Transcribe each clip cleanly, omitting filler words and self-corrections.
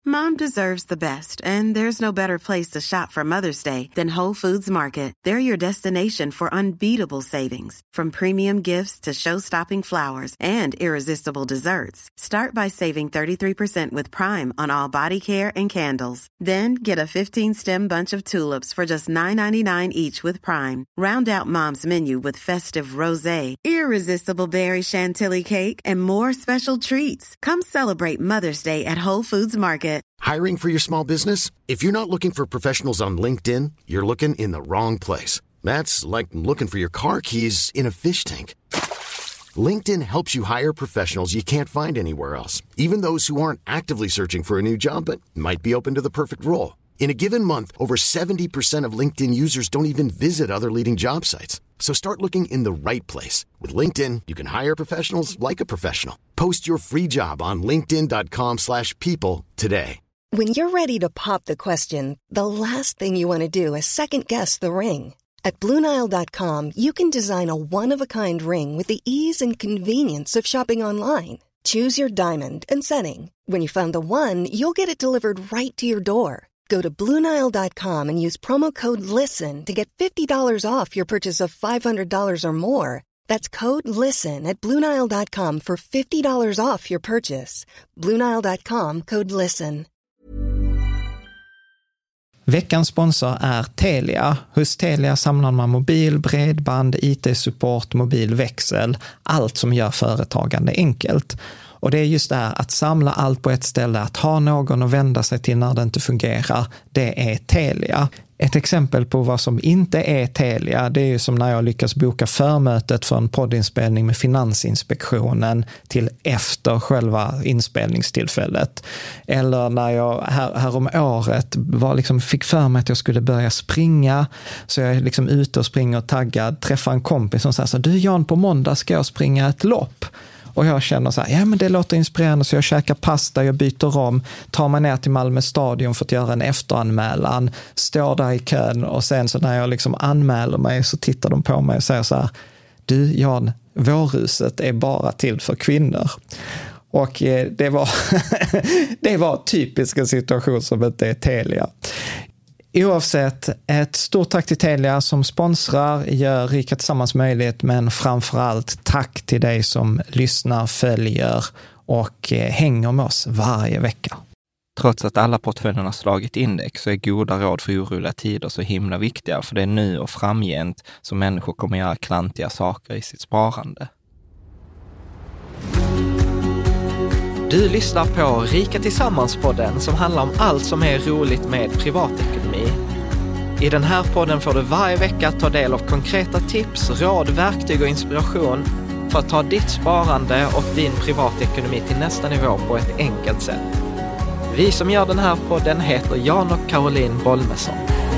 Mom deserves the best, and there's no better place to shop for Mother's Day than Whole Foods Market. They're your destination for unbeatable savings, from premium gifts to show-stopping flowers and irresistible desserts. Start by saving 33% with Prime on all body care and candles. Then get a 15-stem bunch of tulips for just $9.99 each with Prime. Round out Mom's menu with festive rosé, irresistible berry chantilly cake, and more special treats. Come celebrate Mother's Day at Whole Foods Market. Hiring for your small business? If you're not looking for professionals on LinkedIn, you're looking in the wrong place. That's like looking for your car keys in a fish tank. LinkedIn helps you hire professionals you can't find anywhere else, even those who aren't actively searching for a new job but might be open to the perfect role. In a given month, over 70% of LinkedIn users don't even visit other leading job sites. So start looking in the right place. With LinkedIn, you can hire professionals like a professional. Post your free job on linkedin.com/people today. When you're ready to pop the question, the last thing you want to do is second-guess the ring. At BlueNile.com, you can design a one-of-a-kind ring with the ease and convenience of shopping online. Choose your diamond and setting. When you find the one, you'll get it delivered right to your door. Go to BlueNile.com and use promo code LISTEN to get $50 off your purchase of $500 or more. That's code LISTEN at BlueNile.com for $50 off your purchase. BlueNile.com, code LISTEN. Veckans sponsor är Telia. Hos Telia samlar man mobil, bredband, IT-support, mobilväxel, allt som gör företagande enkelt. Och det är just det här att samla allt på ett ställe, att ha någon att vända sig till när det inte fungerar, det är Telia. Ett exempel på vad som inte är Telia, det är ju som när jag lyckas boka förmötet för en poddinspelning med Finansinspektionen till efter själva inspelningstillfället. Eller när jag här om året fick för mig att jag skulle börja springa, så jag är liksom ute och springer och taggad, träffar en kompis som säger så: du Jan, på måndag ska jag springa ett lopp. Och jag känner så här, ja men det låter inspirerande, så jag käkar pasta, jag byter om, tar mig ner till Malmö stadion för att göra en efteranmälan, står där i kön, och sen så när jag liksom anmäler mig så tittar de på mig och säger så här: du Jan, vårhuset är bara till för kvinnor. Och det var typisk en situation som inte är Telia. Oavsett, ett stort tack till Telia som sponsrar, gör Rika Tillsammans möjligt, men framförallt tack till dig som lyssnar, följer och hänger med oss varje vecka. Trots att alla portföljerna slagit index så är goda råd för oroliga tider så himla viktiga, för det är nu och framgent som människor kommer göra klantiga saker i sitt sparande. Du lyssnar på Rika Tillsammans-podden som handlar om allt som är roligt med privatekonomi. I den här podden får du varje vecka ta del av konkreta tips, råd, verktyg och inspiration för att ta ditt sparande och din privatekonomi till nästa nivå på ett enkelt sätt. Vi som gör den här podden heter Jan och Caroline Bolmesson.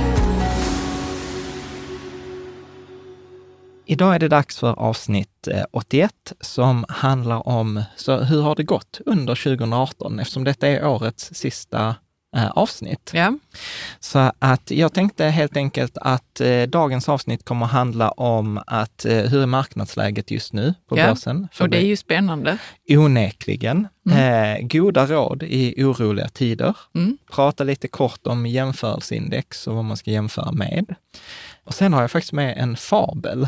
Idag är det dags för avsnitt 81 som handlar om hur har det gått under 2018, eftersom detta är årets sista avsnitt. Ja. Så att jag tänkte helt enkelt att dagens avsnitt kommer att handla om att hur är marknadsläget just nu på börsen. Och det är ju spännande. Onekligen. Goda råd i oroliga tider. Prata lite kort om jämförelseindex och vad man ska jämföra med. Och sen har jag faktiskt med en fabel.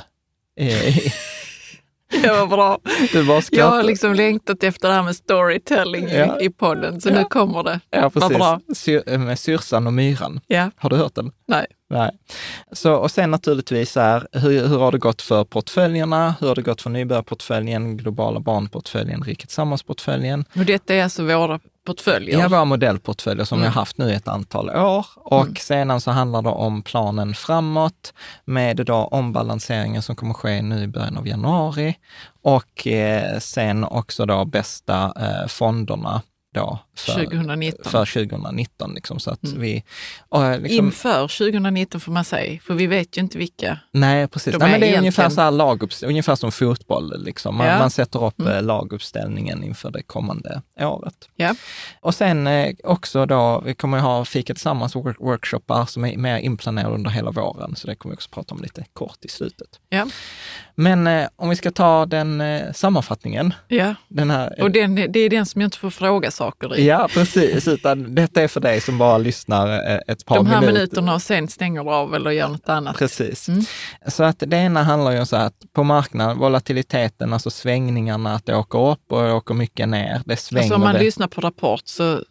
Det var bra. Jag har liksom längtat efter det här med storytelling i podden, så nu kommer det. Ja, precis. Bra. Med Syrsan och Myran. Ja. Har du hört den? Nej. Så, och sen naturligtvis hur har det gått för portföljerna? Hur har det gått för nybörjarportföljen, globala barnportföljen, Rika Tillsammans-portföljen? Och detta är alltså våra portföljer? Ja, våra modellportföljer som vi har haft nu i ett antal år. Och sedan så handlar det om planen framåt med då ombalanseringen som kommer ske nu i början av januari. Och sen också då bästa fonderna då för 2019 liksom, så att vi liksom, inför 2019 får man säga, för vi vet ju inte vilka. Nej, precis. Men det är ungefär så här ungefär som fotboll liksom. Man sätter upp laguppställningen inför det kommande året. Ja. Och sen också då, vi kommer ha Fika Tillsammans workshoppar som är mer inplanerade under hela våren, så det kommer vi också prata om lite kort i slutet. Ja. Men om vi ska ta den sammanfattningen. Ja. Den här, och det är den som jag inte får fråga saker i. Ja, precis. Utan detta är för dig som bara lyssnar ett par minuter. De här minuterna och sen stänger av eller gör något annat. Precis. Så att det ena handlar ju om så att på marknaden, volatiliteten, alltså svängningarna, att det åker upp och åker mycket ner. Det svänger. Alltså om man lyssnar på Rapport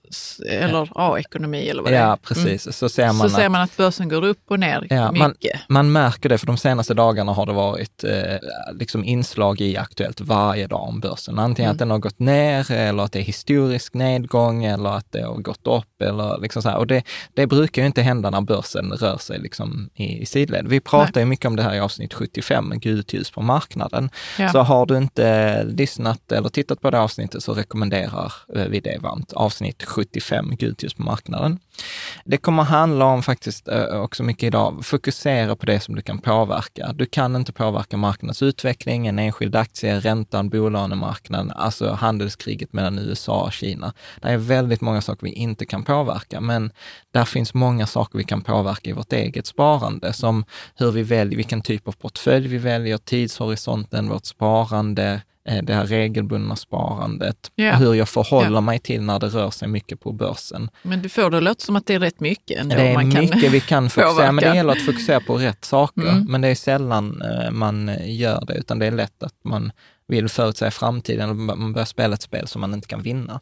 eller ekonomi eller vad det är. Ja, precis. Så ser man att börsen går upp och ner mycket. Man märker det, för de senaste dagarna har det varit liksom inslag i Aktuellt varje dag om börsen. Antingen att den har gått ner eller att det är historisk nedgång eller att det har gått upp eller liksom så här. Och det brukar ju inte hända när börsen rör sig liksom i sidled. Vi pratar ju mycket om det här i avsnitt 75, gult ljus på marknaden. Ja. Så har du inte lyssnat eller tittat på det avsnittet så rekommenderar vi det varmt. Avsnitt 75, gult ljus på marknaden. Det kommer handla om faktiskt också mycket idag, fokusera på det som du kan påverka. Du kan inte påverka marknadens utveckling, en enskild aktie, räntan, bolånemarknaden, alltså handelskriget mellan USA och Kina. Det är väldigt många saker vi inte kan påverka, men där finns många saker vi kan påverka i vårt eget sparande, som hur vi väljer, vilken typ av portfölj vi väljer, tidshorisonten, vårt sparande, det här regelbundna sparandet, hur jag förhåller mig till när det rör sig mycket på börsen. Men du får det låta som att det är rätt mycket ändå. Det är mycket vi kan fokusera, men det gäller att fokusera på rätt saker. Men det är sällan man gör det, utan det är lätt att man vill förutsäga framtiden och man börjar spela ett spel som man inte kan vinna.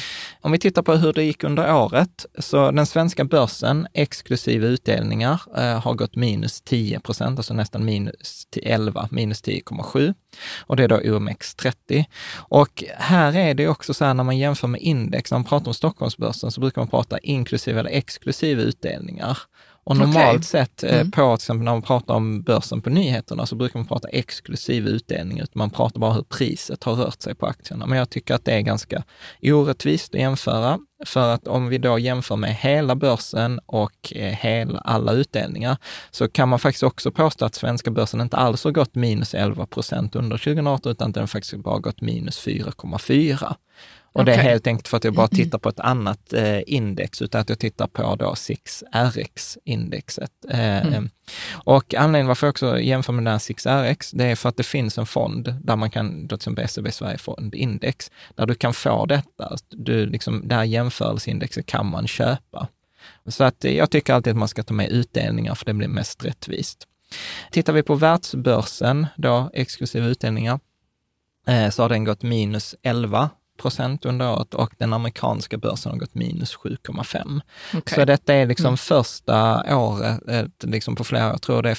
Om vi tittar på hur det gick under året, så den svenska börsen exklusive utdelningar har gått minus 10%, alltså nästan minus 11, minus 10,7. Och det är då OMX30. Och här är det också så här, när man jämför med index, när man pratar om Stockholmsbörsen så brukar man prata inklusive eller exklusive utdelningar. Och normalt sett på, till exempel när man pratar om börsen på nyheterna, så brukar man prata exklusiv utdelning, utan man pratar bara hur priset har rört sig på aktierna. Men jag tycker att det är ganska orättvist att jämföra, för att om vi då jämför med hela börsen och alla utdelningar, så kan man faktiskt också påstå att svenska börsen inte alls har gått minus 11% under 2018, utan den faktiskt bara gått minus 4,4%. Och det är helt enkelt för att jag bara tittar på ett annat index, utan att jag tittar på då 6RX-indexet. Och anledningen varför jag också jämför med den här 6RX, det är för att det finns en fond där man kan, till exempel SEB Sverige fondindex, där du kan få detta. Det här jämförelseindexet kan man köpa. Så att jag tycker alltid att man ska ta med utdelningar, för det blir mest rättvist. Tittar vi på världsbörsen, då exklusiva utdelningar, så har den gått minus 11% under året, och den amerikanska börsen har gått minus 7,5. Så detta är liksom första året, liksom på flera år, jag tror det är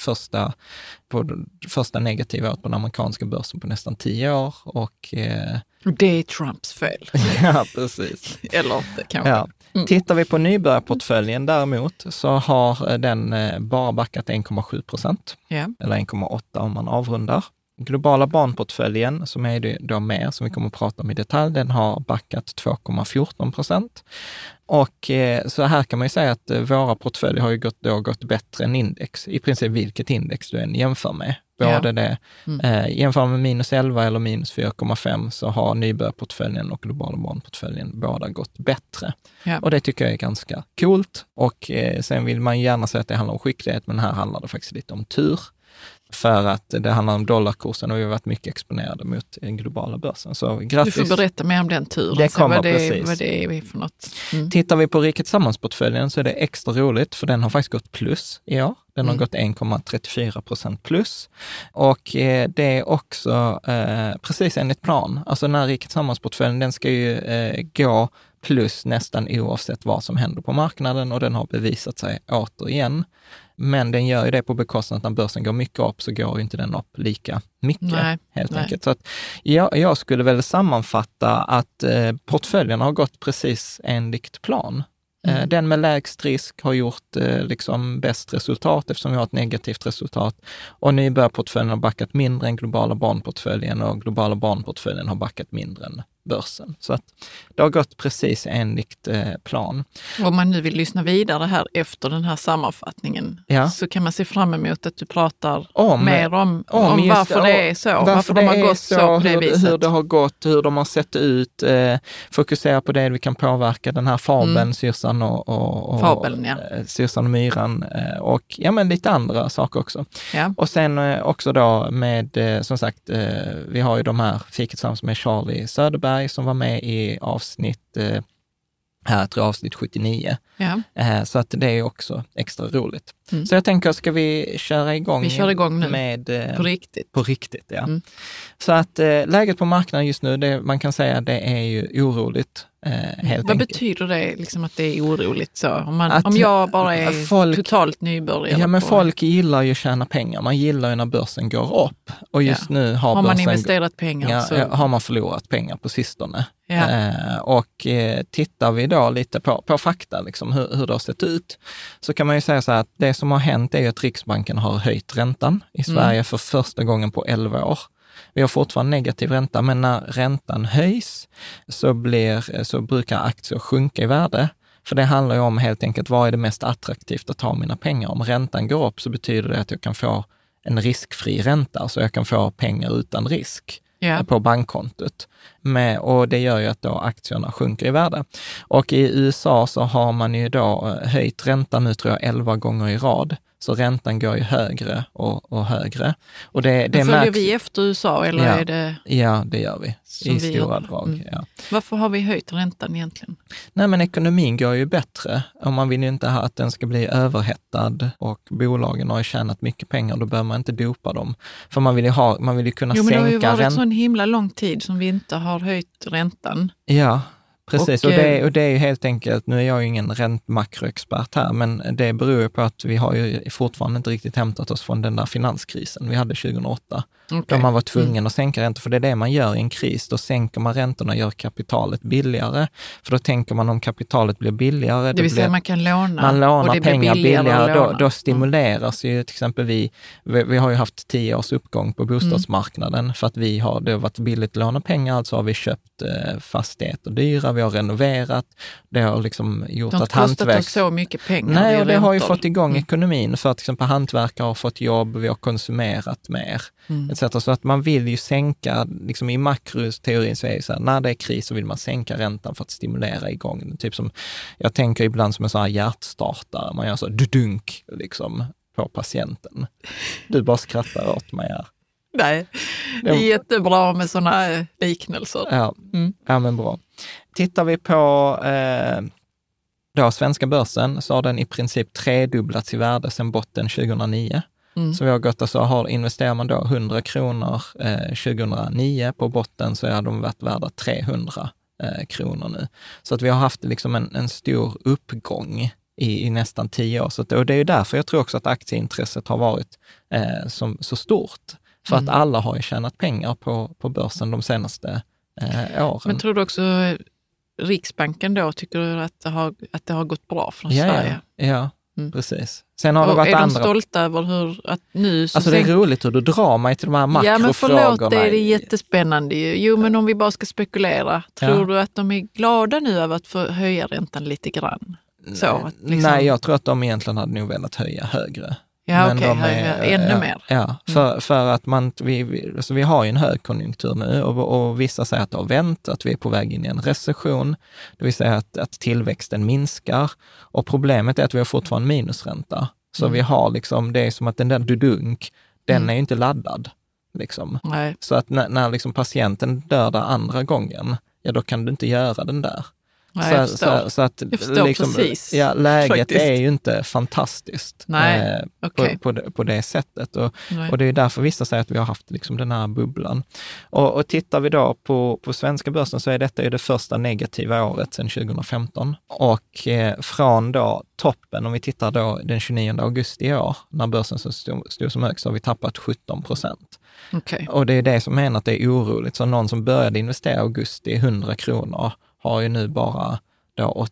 första negativa året på den amerikanska börsen på nästan 10 år. Och det är Trumps fel. Ja, precis. Eller inte kanske. Ja. Tittar vi på nybörjarportföljen däremot, så har den bara backat 1,7%. Eller 1,8% om man avrundar. Globala barnportföljen, som är det då mer, som vi kommer att prata om i detalj, den har backat 2,14%. Och så här kan man ju säga att våra portföljer har ju gått bättre än index, i princip vilket index du än jämför med. Jämför med minus 11 eller minus 4,5, så har nybörjarportföljen och globala barnportföljen båda gått bättre. Och det tycker jag är ganska coolt. Och sen vill man gärna säga att det handlar om skicklighet, men här handlar det faktiskt lite om tur. För att det handlar om dollarkursen och vi har varit mycket exponerade mot den globala börsen. Så grattis. Du får berätta mer om den turen. Det kommer precis. Vad det är för något. Tittar vi på Rikets Sammansportföljen så är det extra roligt, för den har faktiskt gått plus i år. Den har gått 1,34% plus. Och det är också precis enligt plan. Alltså den här Rikets Sammansportföljen, den ska ju gå plus nästan oavsett vad som händer på marknaden, och den har bevisat sig återigen. Men den gör ju det på bekostnad att när börsen går mycket upp, så går ju inte den upp lika mycket, helt enkelt. Så att jag skulle väl sammanfatta att portföljen har gått precis enligt plan. Den med lägst risk har gjort liksom bäst resultat, eftersom vi har ett negativt resultat. Och nybörjarportföljen har backat mindre än globala barnportföljen, och globala barnportföljen har backat mindre än börsen. Så att det har gått precis enligt plan. Om man nu vill lyssna vidare här efter den här sammanfattningen, så kan man se fram emot att du pratar mer om varför det är så. Varför de har gått så på det viset. Hur det har gått, hur de har sett ut. Fokusera på det vi kan påverka. Den här fabeln, Syrsan och Fabeln, Syrsan och Myran, och men lite andra saker också. Och sen också då med, som sagt, vi har ju de här fiket tillsammans med Charlie Söderberg som var med i avsnitt här tror jag avsnitt 79. Ja. Så att det är också extra roligt. Så jag tänker, ska vi köra igång? Vi kör igång nu. Med, på riktigt. På riktigt, ja. Så att läget på marknaden just nu, man kan säga det är ju oroligt. Vad betyder det liksom att det är oroligt så? Om jag bara är totalt nybörjare? Ja, men folk gillar ju att tjäna pengar. Man gillar ju när börsen går upp. Och just nu har man börsen investerat pengar så har man förlorat pengar på sistone. Ja. Och tittar vi då lite på fakta, liksom, hur det har sett ut, så kan man ju säga så här att det som har hänt är ju att Riksbanken har höjt räntan i Sverige för första gången på 11 år. Vi har fortfarande negativ ränta, men när räntan höjs så brukar aktier sjunka i värde. För det handlar ju om helt enkelt, vad är det mest attraktivt att ha mina pengar? Om räntan går upp så betyder det att jag kan få en riskfri ränta, så jag kan få pengar utan risk på bankkontot. Och det gör ju att då aktierna sjunker i värde. Och i USA så har man ju då höjt räntan nu tror jag 11 gånger i rad. Så räntan går ju högre och högre. Och det följer vi efter USA eller är det... Ja, det gör vi i stora drag. Ja. Varför har vi höjt räntan egentligen? Nej, men ekonomin går ju bättre. Om man vill ju inte ha att den ska bli överhettad och bolagen har ju tjänat mycket pengar, då behöver man inte dopa dem. För man vill ju kunna sänka räntan. Men det har ju varit så en himla lång tid som vi inte har höjt räntan. Ja, precis. Och det är ju helt enkelt, nu är jag ju ingen makroexpert här, men det beror ju på att vi har ju fortfarande inte riktigt hämtat oss från den där finanskrisen vi hade 2008. Då man var tvungen att sänka räntor, för det är det man gör i en kris. Då sänker man räntorna och gör kapitalet billigare. För då tänker man om kapitalet blir billigare. Det vill säga man kan låna. Man lånar och det pengar blir billigare. Då stimuleras ju till exempel vi har ju haft 10 års uppgång på bostadsmarknaden för att det har varit billigt att låna pengar. Alltså har vi köpt fastigheter dyra, vi har renoverat. Det har liksom gjort att hantverk... Det har kostat så mycket pengar. Nej, och det har ju fått igång ekonomin för att till exempel hantverkare har fått jobb, vi har konsumerat mer. Så att man vill ju sänka, liksom i makroteorin så är det så här, när det är kris så vill man sänka räntan för att stimulera igång. Typ som, jag tänker ibland som en sån här hjärtstartare, man gör så dunk liksom på patienten. Du bara skrattar åt mig här. Nej, det är jättebra med såna liknelser. Ja, men bra. Tittar vi på då svenska börsen så har den i princip tredubblats i värde sedan botten 2009. Så vi har gått, investerar man då 100 kronor 2009 på botten så har de varit värda 300 kronor nu. Så att vi har haft liksom en stor uppgång i nästan 10 år. Och det är ju därför jag tror också att aktieintresset har varit så stort. För att alla har ju tjänat pengar på börsen de senaste åren. Men tror du också Riksbanken då tycker att det har gått bra från Sverige? Ja. Precis. Sen har det varit är de stolta över att nu... Alltså det är roligt hur du drar mig till de här makrofrågorna. Ja, men förlåt, det är jättespännande. Jo, men om vi bara ska spekulera. Tror du att de är glada nu över att få höja räntan lite grann? Nej, jag tror att de egentligen hade nog velat höja högre. Ja, okej, ännu mer. Ja, för att vi har ju en högkonjunktur nu och vissa säger att det har vänt, att vi är på väg in i en recession. Det vill säga att tillväxten minskar och problemet är att vi har fortfarande minusränta. Så vi har liksom, det är som att den där dudunk, den är ju inte laddad. Liksom. Nej. Så att när liksom patienten dör där andra gången, ja då kan du inte göra den där. Nej, jag förstår liksom, precis. Ja, läget faktiskt. Är ju inte fantastiskt. Nej, på det sättet. Och det är därför vissa säger att vi har haft liksom den här bubblan. Och tittar vi då på svenska börsen så är detta ju det första negativa året sedan 2015. Och från då toppen, om vi tittar då den 29 augusti i år, när börsen stod som högst, så har vi tappat 17%. Okay. Och det är det som menar att det är oroligt. Så någon som började investera i augusti 100 kronor har ju nu bara då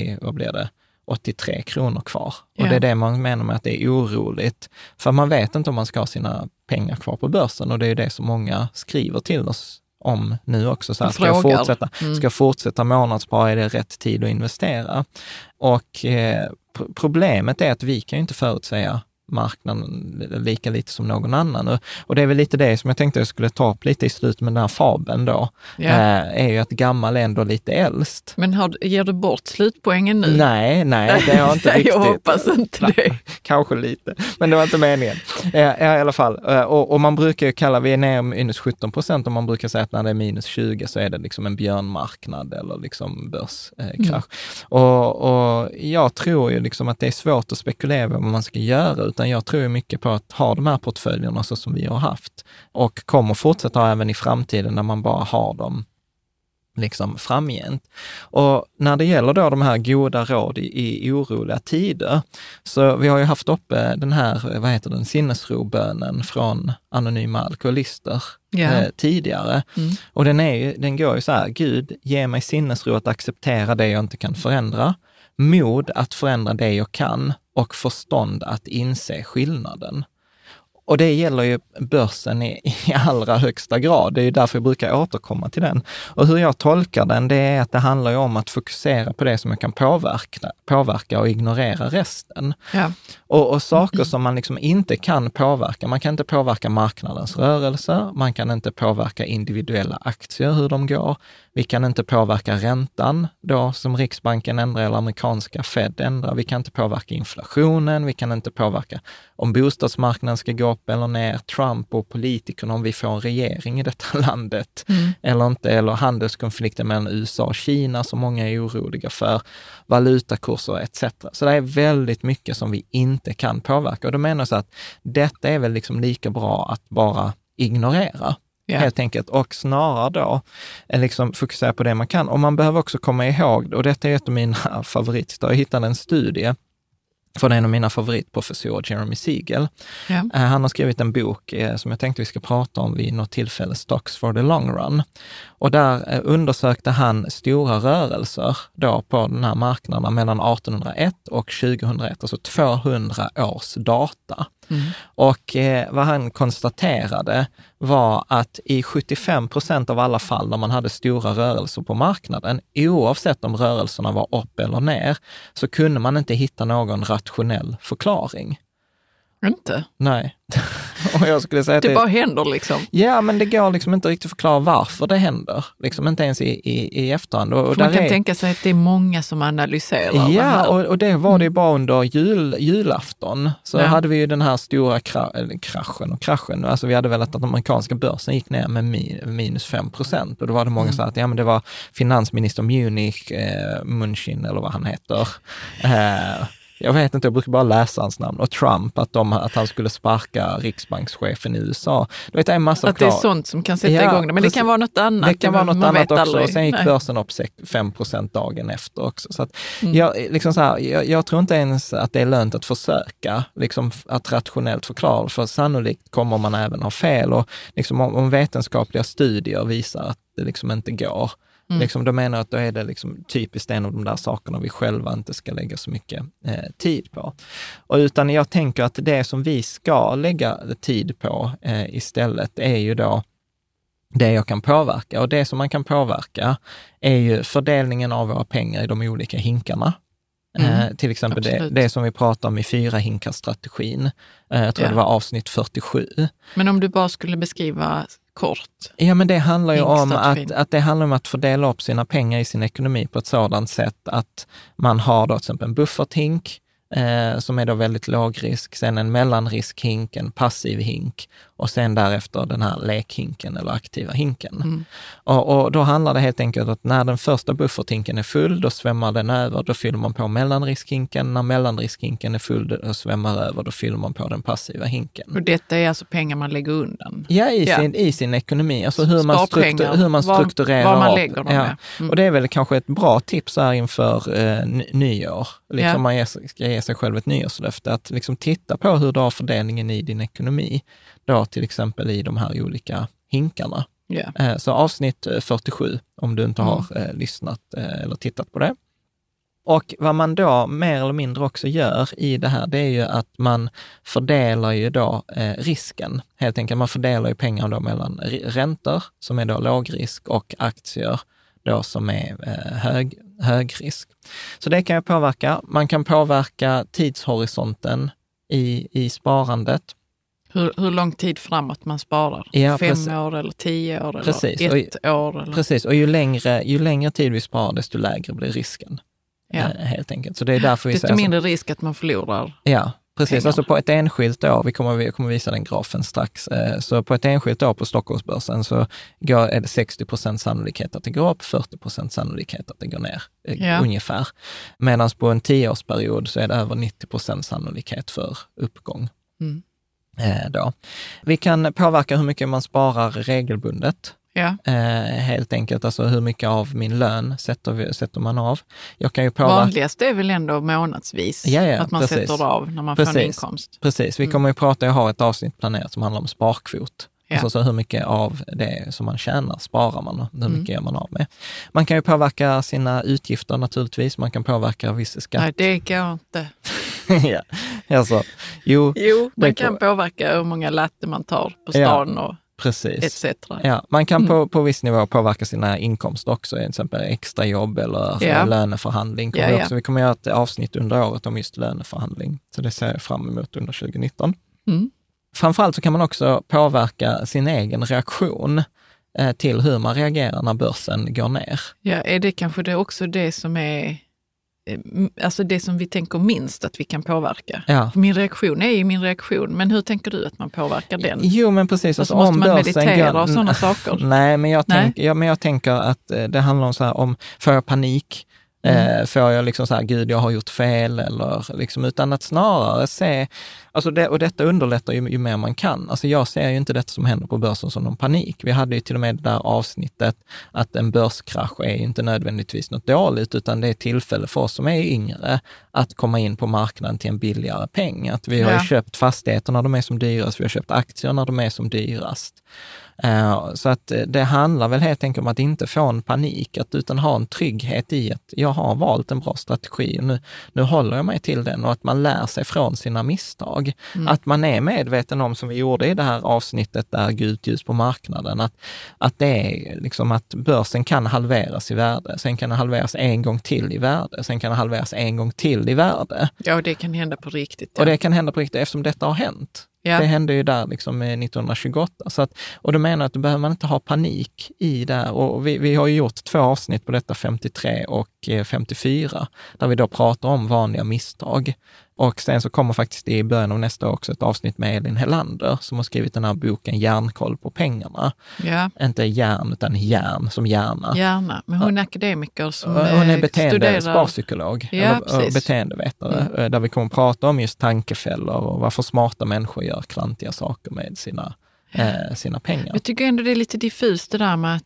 83 kronor kvar. Och det är det man menar med att det är oroligt. För man vet inte om man ska ha sina pengar kvar på börsen och det är det som många skriver till oss om nu också. Så här, ska jag fortsätta månadsspara, är det rätt tid att investera? Och problemet är att vi kan ju inte förutsäga marknaden lika lite som någon annan. Och det är väl lite det som jag tänkte jag skulle ta upp lite i slutet med den här fabeln då. Är ju att gammal är ändå lite äldst. Men ger du bort slutpoängen nu? Nej, det har inte riktigt. Jag hoppas inte det. Kanske lite, men det var inte meningen. I alla fall. Och man brukar ju kalla, vi är ner minus 17%, och man brukar säga att när det är minus 20 så är det liksom en björnmarknad eller liksom börskrasch. Och jag tror ju liksom att det är svårt att spekulera vad man ska göra, utan jag tror mycket på att ha de här portföljerna så som vi har haft och kommer fortsätta ha även i framtiden när man bara har dem liksom framgent. Och när det gäller då de här goda råd i oroliga tider, så vi har ju haft uppe den här, sinnesrobönen från anonyma alkoholister tidigare. Och den går ju så här: Gud, ge mig sinnesro att acceptera det jag inte kan förändra, mod att förändra det jag kan och förstånd att inse skillnaden. Och det gäller ju börsen i allra högsta grad. Det är ju därför jag brukar återkomma till den. Och hur jag tolkar den, det är att det handlar ju om att fokusera på det som jag kan påverka och ignorera resten. Ja. Och saker som man liksom inte kan påverka. Man kan inte påverka marknadens rörelser. Man kan inte påverka individuella aktier, hur de går. Vi kan inte påverka räntan då som Riksbanken ändrar eller amerikanska Fed ändrar. Vi kan inte påverka inflationen. Vi kan inte påverka om bostadsmarknaden ska gå upp eller ner. Trump och politikerna, om vi får en regering i detta landet eller inte. Eller handelskonflikten mellan USA och Kina som många är oroliga för. Valutakurser etc. Så det är väldigt mycket som vi inte kan påverka. Och då menar jag så att detta är väl liksom lika bra att bara ignorera. Helt enkelt, och snarare då liksom fokusera på det man kan. Och man behöver också komma ihåg, och detta är ett av mina favoriter, jag hittade en studie från en av mina favoritprofessorer, Jeremy Siegel. Han har skrivit en bok som jag tänkte vi ska prata om vid något tillfälle, Stocks for the Long Run. Och där undersökte han stora rörelser då på den här marknaden mellan 1801 och 2001, alltså 200 års data. Och vad han konstaterade var att i 75% av alla fall när man hade stora rörelser på marknaden, oavsett om rörelserna var upp eller ner, så kunde man inte hitta någon rationell förklaring. Inte? Nej. Och jag skulle säga att det bara händer liksom. Ja, men det går liksom inte riktigt förklara varför det händer. Liksom inte ens i efterhand. Och man kan tänka sig att det är många som analyserar det här. Och det var det bara under julafton. Så hade vi ju den här stora kraschen. Alltså vi hade väl att den amerikanska börsen gick ner med minus 5%. Och då var det många som sa att men det var finansminister Mnuchin eller vad han heter. Jag vet inte, jag brukar bara läsa hans namn. Och Trump, att han skulle sparka riksbankschefen i USA. Du vet, en massa att det är sånt som kan sätta igång det. Men det kan vara något annat. Det kan vara något annat också. Aldrig. Och sen gick börsen upp 5% dagen efter också. Så att jag tror inte ens att det är lönt att försöka liksom, att rationellt förklara. För sannolikt kommer man även ha fel. Och liksom, om vetenskapliga studier visar att det liksom inte går. Liksom, då menar jag att då är det liksom typiskt en av de där sakerna vi själva inte ska lägga så mycket tid på. Och utan jag tänker att det som vi ska lägga tid på istället är ju då det jag kan påverka. Och det som man kan påverka är ju fördelningen av våra pengar i de olika hinkarna. Till exempel det som vi pratar om i 4-hinkarstrategin. Jag tror det var avsnitt 47. Men om du bara skulle beskriva kort. Ja, men det handlar ju om att det handlar om att fördela upp sina pengar i sin ekonomi på ett sådant sätt att man har då till exempel en bufferthink som är då väldigt låg risk, sen en mellanriskhink, en passiv hink och sen därefter den här lekhinken eller aktiva hinken. Och då handlar det helt enkelt om att när den första bufferthinken är full, då svämmar den över, då fyller man på mellanriskhinken. När mellanriskhinken är full och svämmar över, då fyller man på den passiva hinken. Och detta är alltså pengar man lägger undan? Ja, i sin ekonomi. Alltså hur man strukturerar var man lägger dem med. Och det är väl kanske ett bra tips här inför nyår. Liksom man ska ge sig själv ett nyårslöfte att liksom titta på hur du har fördelningen i din ekonomi. Då till exempel i de här olika hinkarna. Så avsnitt 47 om du inte har lyssnat eller tittat på det. Och vad man då mer eller mindre också gör i det här, det är ju att man fördelar ju då risken. Helt enkelt, man fördelar ju pengar då mellan räntor som är då låg risk och aktier då som är hög risk. Så det kan jag påverka. Man kan påverka tidshorisonten i sparandet. Hur lång tid framåt man sparar? Ja, 5 år eller 10 år precis. Eller 1 år? Eller? Precis, och ju längre tid vi sparar, desto lägre blir risken. Helt enkelt. Så det är därför vi desto mindre risk att man förlorar. Ja, precis. Pengar. Alltså på ett enskilt år, vi kommer visa den grafen strax, så på ett enskilt år på Stockholmsbörsen så är det 60% sannolikhet att det går upp, 40% sannolikhet att det går ner, ungefär. Medan på en 10-årsperiod så är det över 90% sannolikhet för uppgång. Då. Vi kan påverka hur mycket man sparar regelbundet. Ja. Helt enkelt, alltså hur mycket av min lön sätter man av. Jag kan ju påverka... Vanligast är väl ändå månadsvis, att man sätter av när man får en inkomst. Precis, vi kommer ju jag har ett avsnitt planerat som handlar om sparkvot. Alltså så hur mycket av det som man tjänar sparar man och hur mycket gör man av med. Man kan ju påverka sina utgifter naturligtvis, man kan påverka vissa skatter. Nej, det går inte. Alltså, jo, man kan påverka hur många latte man tar på stan och etc. Ja, man kan på viss nivå påverka sina inkomster också, till exempel extra jobb eller löneförhandling. Vi kommer göra ett avsnitt under året om just löneförhandling, så det ser jag fram emot under 2019. Framförallt så kan man också påverka sin egen reaktion till hur man reagerar när börsen går ner. Ja, är det kanske det också det som är alltså det som vi tänker minst att vi kan påverka. Ja. Min reaktion är ju min reaktion, men hur tänker du att man påverkar den? Jo, men precis. Alltså, måste man meditera och sådana saker? Nej, men jag tänker att det handlar om så här, om får jag panik? Får jag liksom så här, gud jag har gjort fel eller liksom, utan att snarare se, alltså och detta underlättar ju mer man kan. Alltså jag ser ju inte detta som händer på börsen som någon panik. Vi hade ju till och med det där avsnittet att en börskrasch är ju inte nödvändigtvis något dåligt, utan det är tillfälle för oss som är yngre att komma in på marknaden till en billigare peng. Att vi har ju köpt fastigheter när de är som dyrast, vi har köpt aktier när de är som dyrast. Så att det handlar väl helt enkelt om att inte få en panik, utan ha en trygghet i att jag har valt en bra strategi och nu håller jag mig till den, och att man lär sig från sina misstag. Att man är medveten om, som vi gjorde i det här avsnittet där gult ljus på marknaden, att det är liksom att börsen kan halveras i värde, sen kan den halveras en gång till i värde, sen kan den halveras en gång till i värde. Ja, och det kan hända på riktigt. Ja. Och det kan hända på riktigt eftersom detta har hänt. Ja. Det hände ju där liksom 1928. Så att, och då menar jag att då behöver man inte ha panik i det här. Och vi har ju gjort 2 avsnitt på detta, 53 och 54, där vi då pratar om vanliga misstag. Och sen så kommer faktiskt i början av nästa år också ett avsnitt med Elin Helander som har skrivit den här boken Järnkoll på pengarna. Ja. Inte järn utan järn som hjärna. Hjärna, men hon är akademiker som hon är sparpsykolog och beteendevetare. Där vi kommer att prata om just tankefällor och varför smarta människor gör klantiga saker med sina pengar. Jag tycker ändå det är lite diffust det där med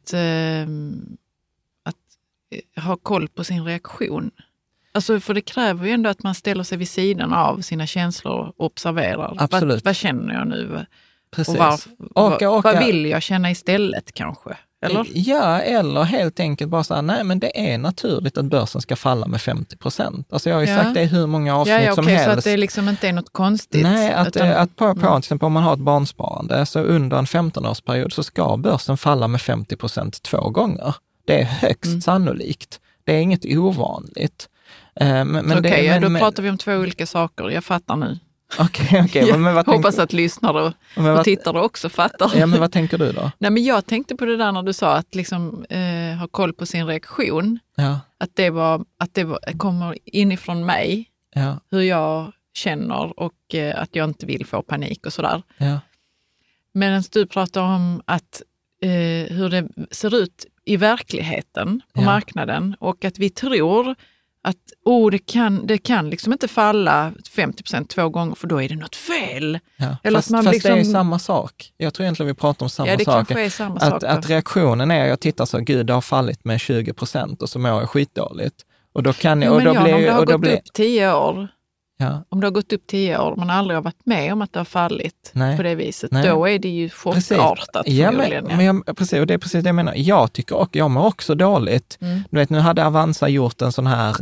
att ha koll på sin reaktion. Alltså, för det kräver ju ändå att man ställer sig vid sidan av sina känslor och observerar. Absolut. Vad känner jag nu? Precis. Och vad vill jag känna istället kanske? Eller? Ja, eller helt enkelt bara säga, nej men det är naturligt att börsen ska falla med 50%. Alltså jag har ju sagt det i hur många avsnitt som helst. Så att det liksom inte är något konstigt. Nej, att till exempel om man har ett barnsparande, så under en 15-årsperiod så ska börsen falla med 50% 2 gånger. Det är högst sannolikt. Det är inget ovanligt. Då pratar vi om 2 olika saker. Jag fattar nu. Okej. Men hoppas att lyssnare och tittare också fattar. Ja, men vad tänker du då? Nej, men jag tänkte på det där när du sa att liksom, ha koll på sin reaktion. Ja. Att det kommer inifrån mig. Ja. Hur jag känner och att jag inte vill få panik och sådär. Ja. Medan du pratar om att hur det ser ut i verkligheten på marknaden, och att vi tror att det kan liksom inte falla 50% 2 gånger, för då är det något fel. Ja, eller fast det är samma sak. Jag tror egentligen vi pratar om samma sak. Kanske är samma sak. Att reaktionen är, jag tittar så, gud det har fallit med 20% och så mår jag skitdåligt. Och då kan jag... om det har gått upp 10 år... Ja. Om det har gått upp 10 år, man aldrig har varit med om att det har fallit på det viset, då är det ju chockartat. Precis, och det är precis det jag menar. Jag tycker och jag mår också dåligt. Du vet, nu hade Avanza gjort en sån här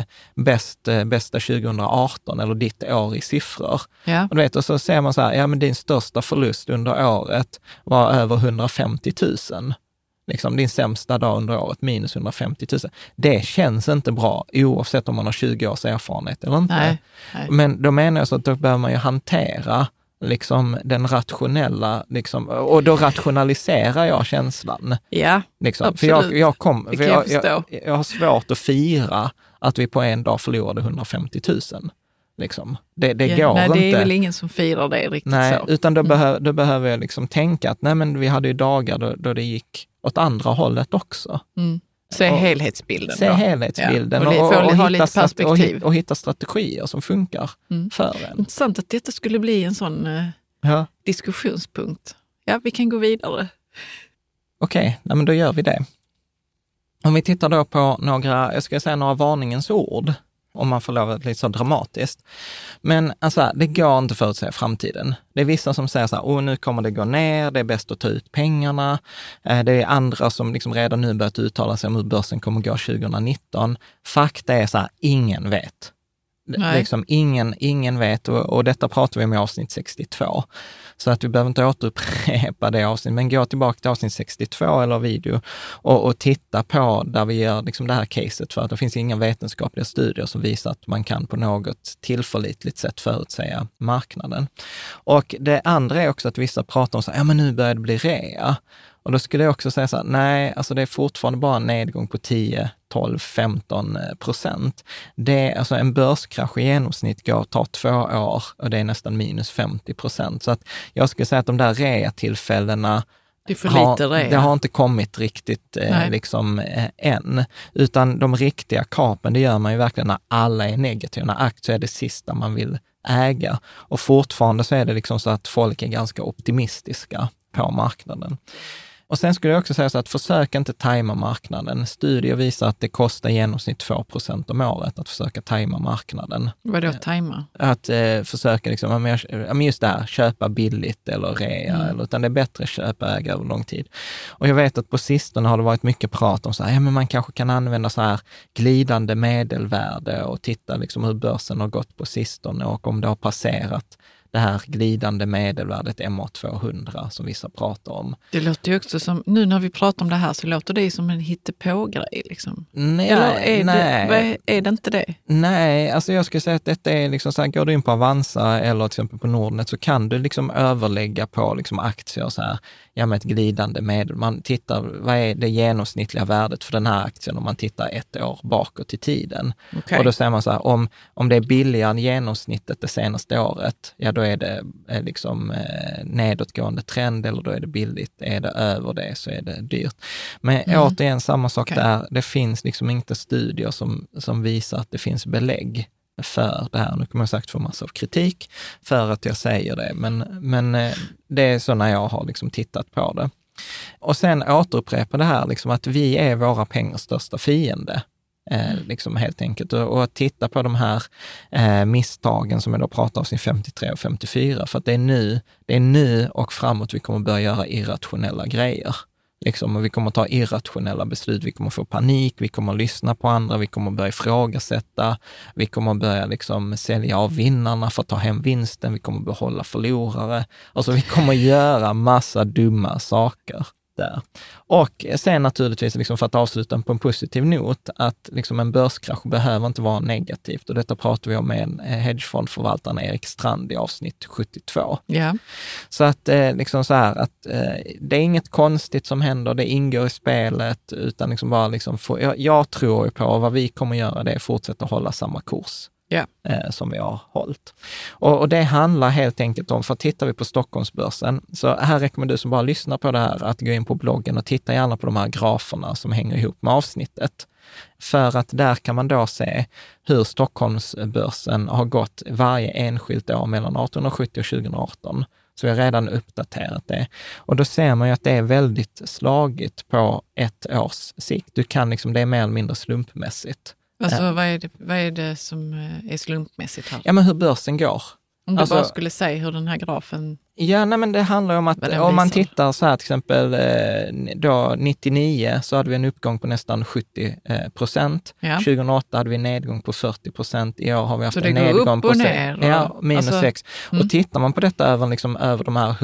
bästa 2018, eller ditt år i siffror. Ja. Och du vet, och så ser man så här, men din största förlust under året var över 150 000. Liksom din sämsta dag under året, minus 150 000. Det känns inte bra, oavsett om man har 20 års erfarenhet eller inte. Nej. Men då menar jag så att då behöver man ju hantera liksom den rationella, liksom, och då rationaliserar jag känslan. Ja, liksom. absolut. För jag har svårt att fira att vi på en dag förlorade 150 000. Liksom. Det går inte. Det är väl ingen som firar det riktigt så. Utan då behöver jag liksom tänka att vi hade ju dagar då det gick åt andra hållet också. Se helhetsbilden. Helhetsbilden och hitta strategier som funkar för en. Intressant att detta skulle bli en sån diskussionspunkt. Ja, vi kan gå vidare. Okej, men då gör vi det. Om vi tittar då på några varningens ord, om man får lov att lite så dramatiskt. Men alltså, det går inte för att säga framtiden. Det är vissa som säger så här, nu kommer det gå ner, det är bäst att ta ut pengarna. Det är andra som liksom redan nu börjat uttala sig om hur börsen kommer gå 2019. Fakta är så här, ingen vet. Liksom, ingen vet, och detta pratar vi om i avsnitt 62. Så att vi behöver inte återupprepa det avsnitt, men gå tillbaka till avsnitt 62 eller video och titta på där vi gör liksom det här caset, för att det finns inga vetenskapliga studier som visar att man kan på något tillförlitligt sätt förutsäga marknaden. Och det andra är också att vissa pratar om så här, men nu börjar det bli rea. Och då skulle jag också säga så här, nej, alltså det är fortfarande bara en nedgång på 10, 12, 15%. Det är alltså en börskrasch i genomsnitt tar 2 år och det är nästan minus 50%. Så att jag skulle säga att de där rea-tillfällena det har inte kommit riktigt än. Utan de riktiga kapen, det gör man ju verkligen när alla är negativa. När aktier är det sista man vill äga. Och fortfarande så är det liksom så att folk är ganska optimistiska på marknaden. Och sen skulle jag också säga så att försök inte tajma marknaden. Studier visar att det kostar i genomsnitt 2% om året att försöka tajma marknaden. Vad är det att tajma? Att försöka liksom, just det här, köpa billigt eller rea, utan det är bättre att köpa äga över lång tid. Och jag vet att på sistone har det varit mycket prat om så här, men man kanske kan använda så här glidande medelvärde och titta liksom hur börsen har gått på sistone och om det har passerat det här glidande medelvärdet MA200 som vissa pratar om. Det låter ju också som, nu när vi pratar om det här så låter det som en hittepågrej liksom. Nej, eller är det inte det? Nej, alltså jag skulle säga att detta är liksom så här, går du in på Avanza eller till exempel på Nordnet så kan du liksom överlägga på liksom aktier så här, med ett glidande medel. Man tittar, vad är det genomsnittliga värdet för den här aktien om man tittar 1 år bakåt i tiden. Okay. Och då säger man så här, om det är billigare än genomsnittet det senaste året, då är det liksom nedåtgående trend, eller då är det billigt. Är det över det så är det dyrt. Men återigen samma sak där. Det finns liksom inte studier som visar att det finns belägg för det här. Nu kommer jag sagt få massa av kritik för att jag säger det. Men det är så när jag har liksom tittat på det. Och sen återupprepa det här liksom att vi är våra pengars största fiende. Liksom helt enkelt. Och att titta på de här misstagen som jag då pratar om, sin 53 och 54. För att det är nu och framåt vi kommer börja göra irrationella grejer. Liksom, och vi kommer ta irrationella beslut, vi kommer få panik, vi kommer lyssna på andra, vi kommer börja ifrågasätta, vi kommer börja liksom sälja av vinnarna för att ta hem vinsten, vi kommer behålla förlorare. Alltså vi kommer göra massa dumma saker där. Och sen naturligtvis, liksom för att avsluta på en positiv not, att liksom en börskrasch behöver inte vara negativt. Och detta pratar vi om med hedgefondförvaltaren Erik Strand i avsnitt 72. Yeah. Så att liksom så här, att det är inget konstigt som händer, det ingår i spelet, utan liksom bara liksom jag tror på vad vi kommer göra, det är fortsätta hålla samma kurs. Yeah. Som vi har hållit. Och det handlar helt enkelt om, för tittar vi på Stockholmsbörsen, så här rekommenderar du som bara lyssnar på det här att gå in på bloggen och titta gärna på de här graferna som hänger ihop med avsnittet. För att där kan man då se hur Stockholmsbörsen har gått varje enskilt år mellan 1870 och 2018. Så vi har redan uppdaterat det. Och då ser man ju att det är väldigt slagigt på 1 års sikt. Du kan liksom, det är mer eller mindre slumpmässigt. Alltså vad är det som är slumpmässigt här? Ja, men hur börsen går. Om du bara skulle säga hur den här grafen Ja, nej, men det handlar om att om man tittar så här till exempel då 99 så hade vi en uppgång på nästan 70%. Ja. 2008 hade vi en nedgång på 40%. I år har vi haft en nedgång på minus 6. Och tittar man på detta över de här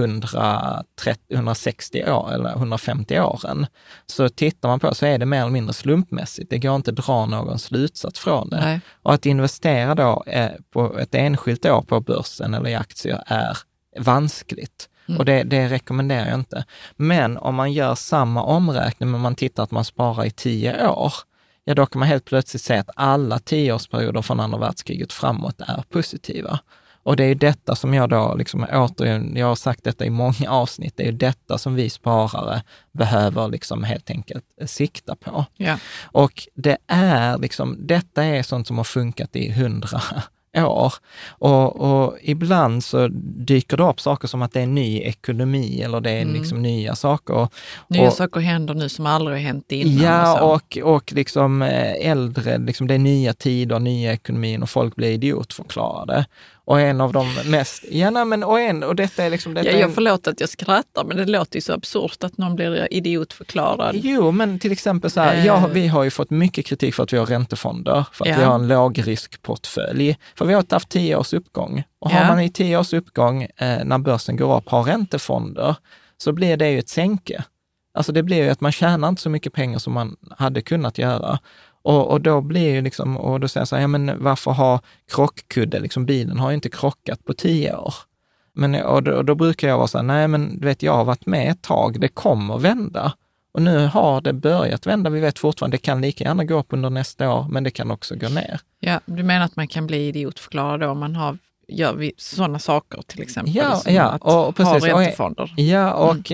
160 år eller 150 åren, så tittar man på så är det mer eller mindre slumpmässigt. Det går inte att dra någon slutsats från det. Nej. Och att investera då på ett enskilt år på börsen eller i aktier är vanskligt. Och det rekommenderar jag inte. Men om man gör samma omräkning, men man tittar att man sparar i 10 år, ja då kan man helt plötsligt se att alla 10-årsperioder från andra världskriget framåt är positiva. Och det är detta som jag då, liksom, jag har sagt detta i många avsnitt, det är detta som vi sparare behöver liksom helt enkelt sikta på. Ja. Och det är liksom, detta är sånt som har funkat i 100 år. Och ibland så dyker det upp saker som att det är ny ekonomi eller det är liksom nya saker. Nya saker händer nu som aldrig har hänt innan. Ja, och liksom äldre, liksom det är nya tider, nya ekonomin och folk blir idiotförklarade. Och en av de mest... och detta är liksom... jag förlåter att jag skrattar, men det låter ju så absurt att någon blir idiotförklarad. Jo, men till exempel så här, vi har ju fått mycket kritik för att vi har räntefonder, för att vi har en lågriskportfölj. För vi har haft 10 års uppgång. Och har man i 10 års uppgång, när börsen går upp, har räntefonder, så blir det ju ett sänke. Alltså det blir ju att man tjänar inte så mycket pengar som man hade kunnat göra. Och då blir ju liksom, och då säger jag så här, ja men varför ha krockkudde? Liksom bilen har ju inte krockat på 10 år. Men, och då brukar jag vara så här, nej men du vet, jag har varit med ett tag, det kommer vända. Och nu har det börjat vända, vi vet fortfarande, det kan lika gärna gå upp under nästa år, men det kan också gå ner. Ja, du menar att man kan bli idiotförklarad om man gör vi sådana saker till exempel, och precis, ha räntefonder. Och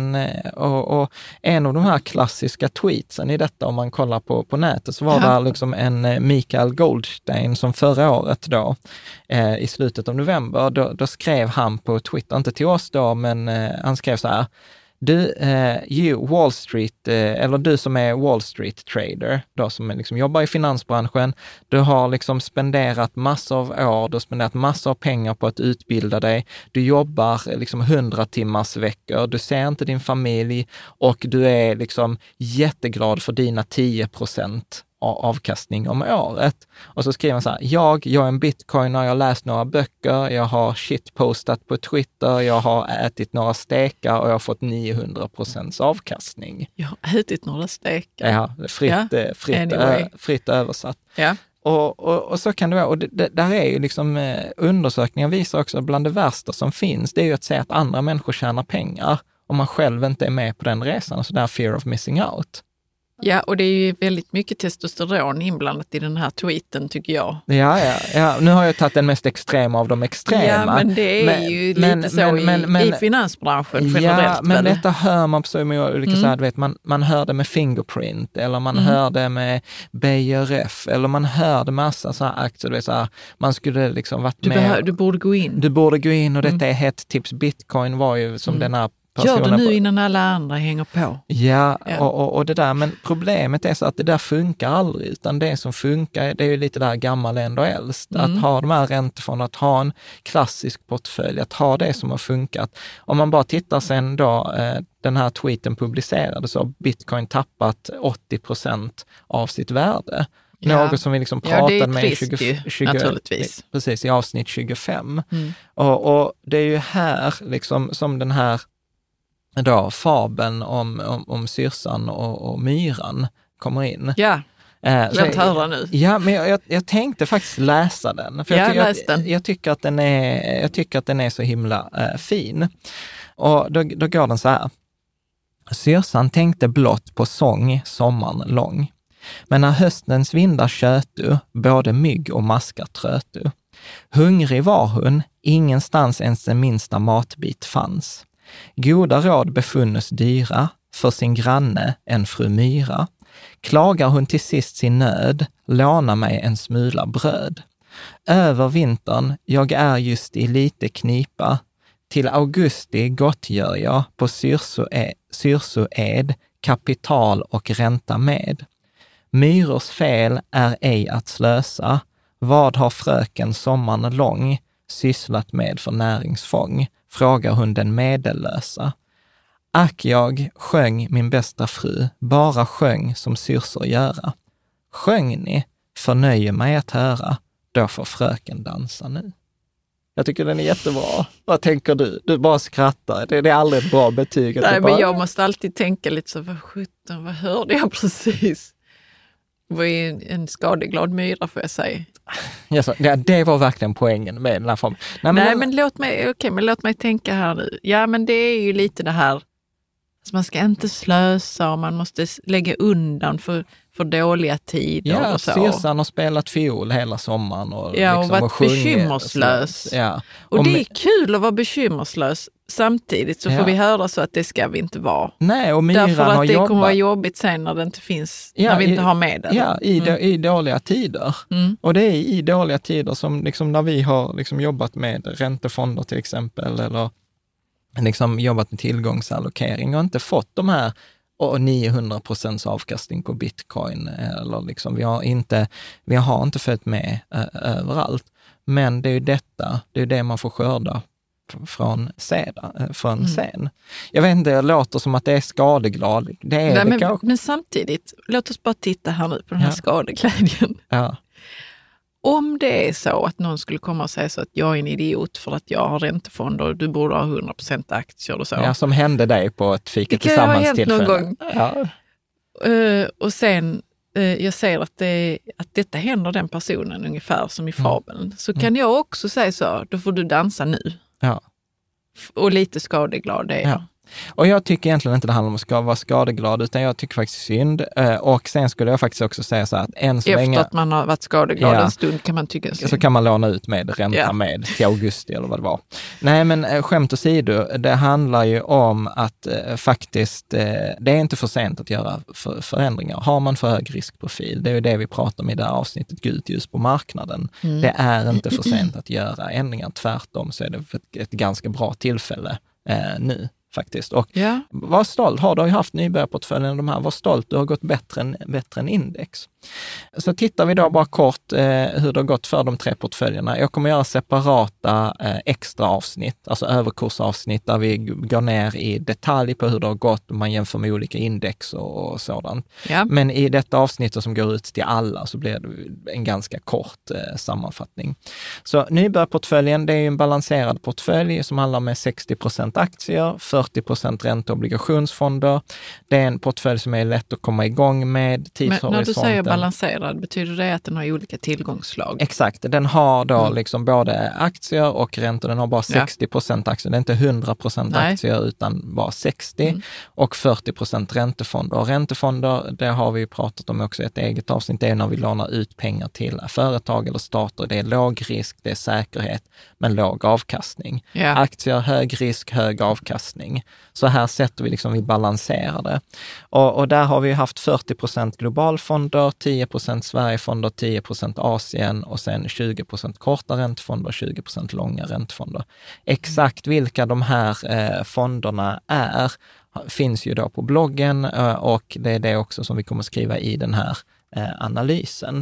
en av de här klassiska tweetsen i detta, om man kollar på nätet, så var det liksom en Mikael Goldstein som förra året då, i slutet av november, då skrev han på Twitter, inte till oss då, men han skrev så här: Wall Street, eller du som är Wall Street trader, då som liksom jobbar i finansbranschen, du har liksom spenderat massor av år, du har spenderat massor av pengar på att utbilda dig, du jobbar liksom 100 timmars veckor, du ser inte din familj och du är liksom jätteglad för dina 10% avkastning om året. Och så skriver man så här, jag är en bitcoiner, jag har läst några böcker, jag har shitpostat på Twitter, jag har ätit några stekar och jag har fått 900% avkastning. Jag har ätit några stekar? Ja, fritt översatt. Ja. Och så kan det vara. Och där är ju liksom undersökningar visar också bland det värsta som finns, det är ju att säga att andra människor tjänar pengar om man själv inte är med på den resan, så där fear of missing out. Ja, och det är ju väldigt mycket testosteron inblandat i den här tweeten, tycker jag. Ja. Nu har jag tagit den mest extrema av de extrema. Ja, men det är ju lite så i finansbranschen generellt. Ja, men detta hör man på så mycket olika så här, du vet, man hör det med Fingerprint, eller man hör det med BRF, eller man hör det massa så här aktier, du vet, så här, man skulle liksom varit med. Du borde gå in. Du borde gå in, och detta är hett tips. Bitcoin var ju som den här. Gör det nu innan alla andra hänger på. Ja. Och det där, men problemet är så att det där funkar aldrig, utan det som funkar, det är ju lite där gammal ändå äldst. Att ha de här räntefonderna, att ha en klassisk portfölj, att ha det som har funkat. Om man bara tittar sen då, den här tweeten publicerades, så har Bitcoin tappat 80% av sitt värde. Något som vi liksom pratade med naturligtvis. Precis, i avsnitt 25. Och det är ju här liksom som den här då fabeln om syrsan och myran kommer in. Ja, jag höra nu. Ja, men jag tänkte faktiskt läsa den. För jag tycker att den är så himla fin. Och då går den så här. Syrsan tänkte blott på sång sommaren lång. Men när höstens vindar tjötu, både mygg och maskar trötu. Hungrig var hon, ingenstans ens en minsta matbit fanns. Goda råd befunnes dyra, för sin granne en fru myra. Klagar hon till sist sin nöd, låna mig en smula bröd. Över vintern, jag är just i lite knipa. Till augusti gottgör jag på syrsoed, kapital och ränta med. Myrors fel är ej att slösa. Vad har fröken sommaren lång? sysslat med för näringsfång? Frågar hon den medellösa. Ack jag sjöng min bästa fru, bara sjöng som syrsor göra. Sjöng ni, förnöjer mig att höra, då får fröken dansa nu. Jag tycker den är jättebra. Vad tänker du? Du bara skrattar. Det är aldrig ett bra betyg. Nej, men jag måste alltid tänka lite så, vad hörde jag precis? Det var ju en skadeglad myra, får jag säga. Yes, det var verkligen poängen med den här formen. Men låt mig tänka här nu. Ja, men det är ju lite det här. Alltså man ska inte slösa och man måste lägga undan för dåliga tider. Ja, och så. Syrsan har spelat fiol hela sommaren. Och varit bekymmerslös. Ja. Och det är kul att vara bekymmerslös. Samtidigt så får vi höra så att det ska vi inte vara. Nej, och myran därför att har det jobbat. kommer vara jobbigt sen när det inte finns, när vi inte har medel. Ja, i dåliga tider. Och det är i dåliga tider som liksom när vi har liksom jobbat med räntefonder till exempel, eller liksom jobbat med tillgångsallokering och inte fått de här 900% avkastning på bitcoin. Eller liksom, vi har inte följt med överallt. Men det är ju det är det man får skörda från sen. Jag vet inte, det låter som att det är skadeglad. Det är nej, det men samtidigt, låt oss bara titta här nu på den här skadeglädjen. Ja. Om det är så att någon skulle komma och säga så att jag är en idiot för att jag har räntefonder och du borde ha 100% aktier och så. Ja, som hände dig på ett fika tillsammans tillfälle. Det kan ha hänt någon gång. Ja. Och sen, jag säger att detta händer den personen ungefär som i fabeln. Så kan jag också säga så, då får du dansa nu. Ja. Och lite skadeglad det är. Ja. Och jag tycker egentligen inte det handlar om att vara skadeglad, utan jag tycker faktiskt synd. Och sen skulle jag faktiskt också säga så att än så länge... Efter att man har varit skadeglad en stund kan man tycka synd. Så kan man låna ut med ränta med till augusti eller vad det var. Nej, men skämt åsido, det handlar ju om att faktiskt, det är inte för sent att göra förändringar. Har man för hög riskprofil, det är ju det vi pratar om i det här avsnittet, gult ljus på marknaden. Det är inte för sent att göra ändringar. Tvärtom så är det ett ganska bra tillfälle nu. Faktiskt. Och var stolt, har du ju haft nybörjarportföljen de här, var stolt, du har gått bättre än index. Så tittar vi då bara kort hur det har gått för de 3 portföljerna. Jag kommer göra separata extra avsnitt, alltså överkursavsnitt där vi går ner i detalj på hur det har gått och man jämför med olika index och sådant. Ja. Men i detta avsnitt som går ut till alla så blir det en ganska kort sammanfattning. Så nybörjarportföljen, det är ju en balanserad portfölj som handlar med 60% aktier, 40% ränte- och obligationsfonder. Det är en portfölj som är lätt att komma igång med. Tidshorisonten. Men när du säger balanserad, betyder det att den har olika tillgångsslag? Exakt, den har då liksom både aktier och räntor. Den har bara 60% aktier. Det är inte 100% aktier utan bara 60% och 40% räntefonder. Och räntefonder, det har vi ju pratat om också i ett eget avsnitt. Det är när vi lånar ut pengar till företag eller stater. Det är låg risk, det är säkerhet men låg avkastning. Ja. Aktier, hög risk, hög avkastning. Så här sätter vi liksom, vi balanserar det. Och där har vi haft 40% globalfonder, 10% Sverigefonder, 10% Asien och sen 20% korta räntefonder, 20% långa räntefonder. Exakt vilka de här fonderna är finns ju då på bloggen och det är det också som vi kommer skriva i den här analysen.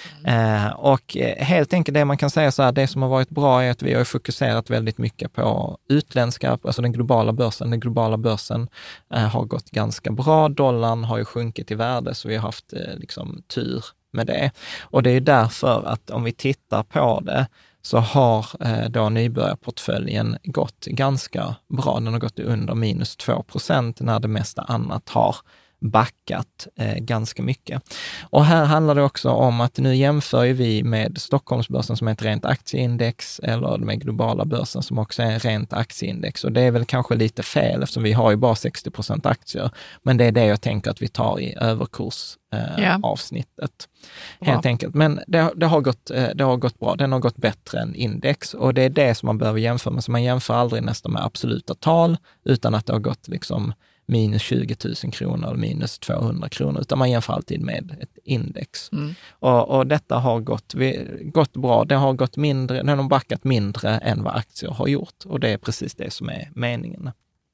Och helt enkelt det man kan säga så här, det som har varit bra är att vi har fokuserat väldigt mycket på utländska, alltså den globala börsen. Den globala börsen har gått ganska bra. Dollarn har ju sjunkit i värde så vi har haft liksom tur med det. Och det är därför att om vi tittar på det så har då nybörjarportföljen gått ganska bra. Den har gått under minus 2% när det mesta annat har backat ganska mycket. Och här handlar det också om att nu jämför vi med Stockholmsbörsen som är ett rent aktieindex eller med globala börsen som också är ett rent aktieindex. Och det är väl kanske lite fel eftersom vi har ju bara 60% aktier. Men det är det jag tänker att vi tar i överkursavsnittet. Helt enkelt. Men det har gått bra. Den har gått bättre än index och det är det som man behöver jämföra med. Så man jämför aldrig nästan med absoluta tal utan att det har gått liksom minus 20 000 kronor eller minus 200 kronor, utan man jämför alltid med ett index. Och detta har gått bra. Det har gått mindre, den har backat mindre än vad aktier har gjort och det är precis det som är meningen.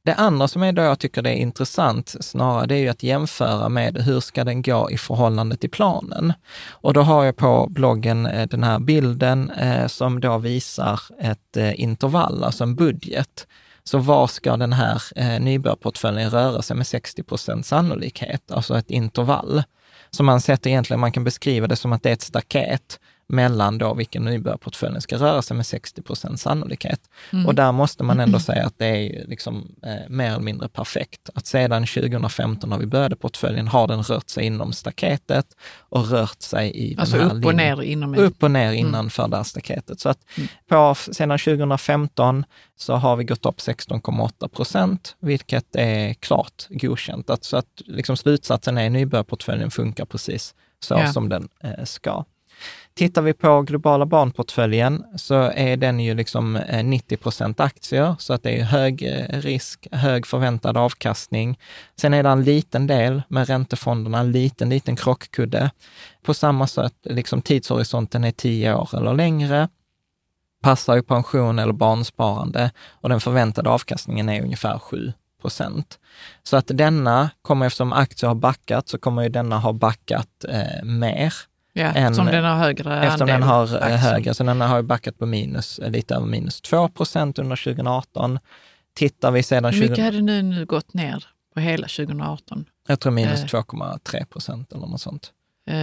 Det andra som är då jag tycker det är intressant snarare, det är ju att jämföra med hur ska den gå i förhållande till planen. Och då har jag på bloggen den här bilden som då visar ett intervall, alltså en budget. Så var ska den här nybörjarportföljen röra sig med 60% sannolikhet, alltså ett intervall. Så man sätter egentligen, man kan beskriva det som att det är ett staket mellan då vilken nybörjarportföljen ska röra sig med 60% sannolikhet. Och där måste man ändå säga att det är liksom mer eller mindre perfekt. Att sedan 2015 när vi började portföljen har den rört sig inom staketet och rört sig i alltså den här upp och ner inom upp och ner innanför det här staketet. Så att sedan 2015 så har vi gått upp 16,8%, vilket är klart godkänt. Så att liksom slutsatsen är att nybörjarportföljen funkar precis så som den ska. Tittar vi på globala barnportföljen så är den ju liksom 90% aktier, så att det är hög risk, hög förväntad avkastning. Sen är det en liten del med räntefonderna, en liten krockkudde. På samma sätt, liksom tidshorisonten är 10 år eller längre, passar ju pension eller barnsparande och den förväntade avkastningen är ungefär 7%. Så att denna kommer, eftersom aktier har backat, så kommer ju denna ha backat mer. Ja, eftersom den har högre eftersom den har högre, så den har ju backat på lite över minus 2% under 2018. Tittar vi sedan... Hur mycket hade nu gått ner på hela 2018? Jag tror minus 2,3% eller något sånt.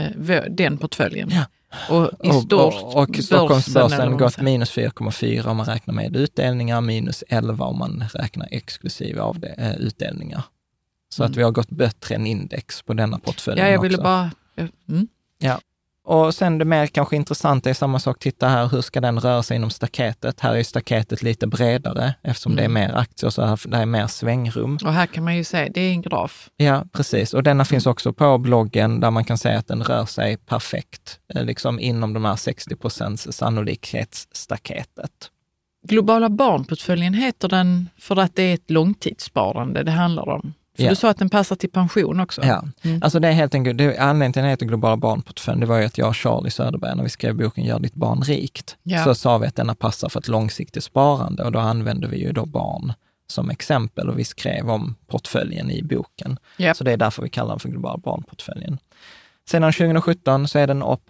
Den portföljen. Ja. Och i stort och Stockholmsbörsen gått minus 4,4 om man räknar med utdelningar, minus 11 om man räknar exklusive av utdelningar. Så att vi har gått bättre än index på denna portföljen. Ja, jag ville bara... Ja. Och sen det mer kanske intressanta är samma sak, titta här, hur ska den röra sig inom staketet? Här är staketet lite bredare eftersom det är mer aktier, så här, det är mer svängrum. Och här kan man ju säga, det är en graf. Ja, precis. Och denna finns också på bloggen där man kan säga att den rör sig perfekt, liksom inom de här 60% sannolikhetsstaketet. Globala barnportföljen heter den för att det är ett långtidssparande det handlar om. För du sa att den passar till pension också. Ja, alltså det är helt enkelt, anledningen till att den heter globala barnportföljen, det var ju att jag och Charlie Söderberg, när vi skrev boken Gör ditt barn rikt, så sa vi att denna passar för ett långsiktigt sparande, och då använde vi ju då barn som exempel, och vi skrev om portföljen i boken. Så det är därför vi kallar den för globala barnportföljen. Sedan 2017 så är den upp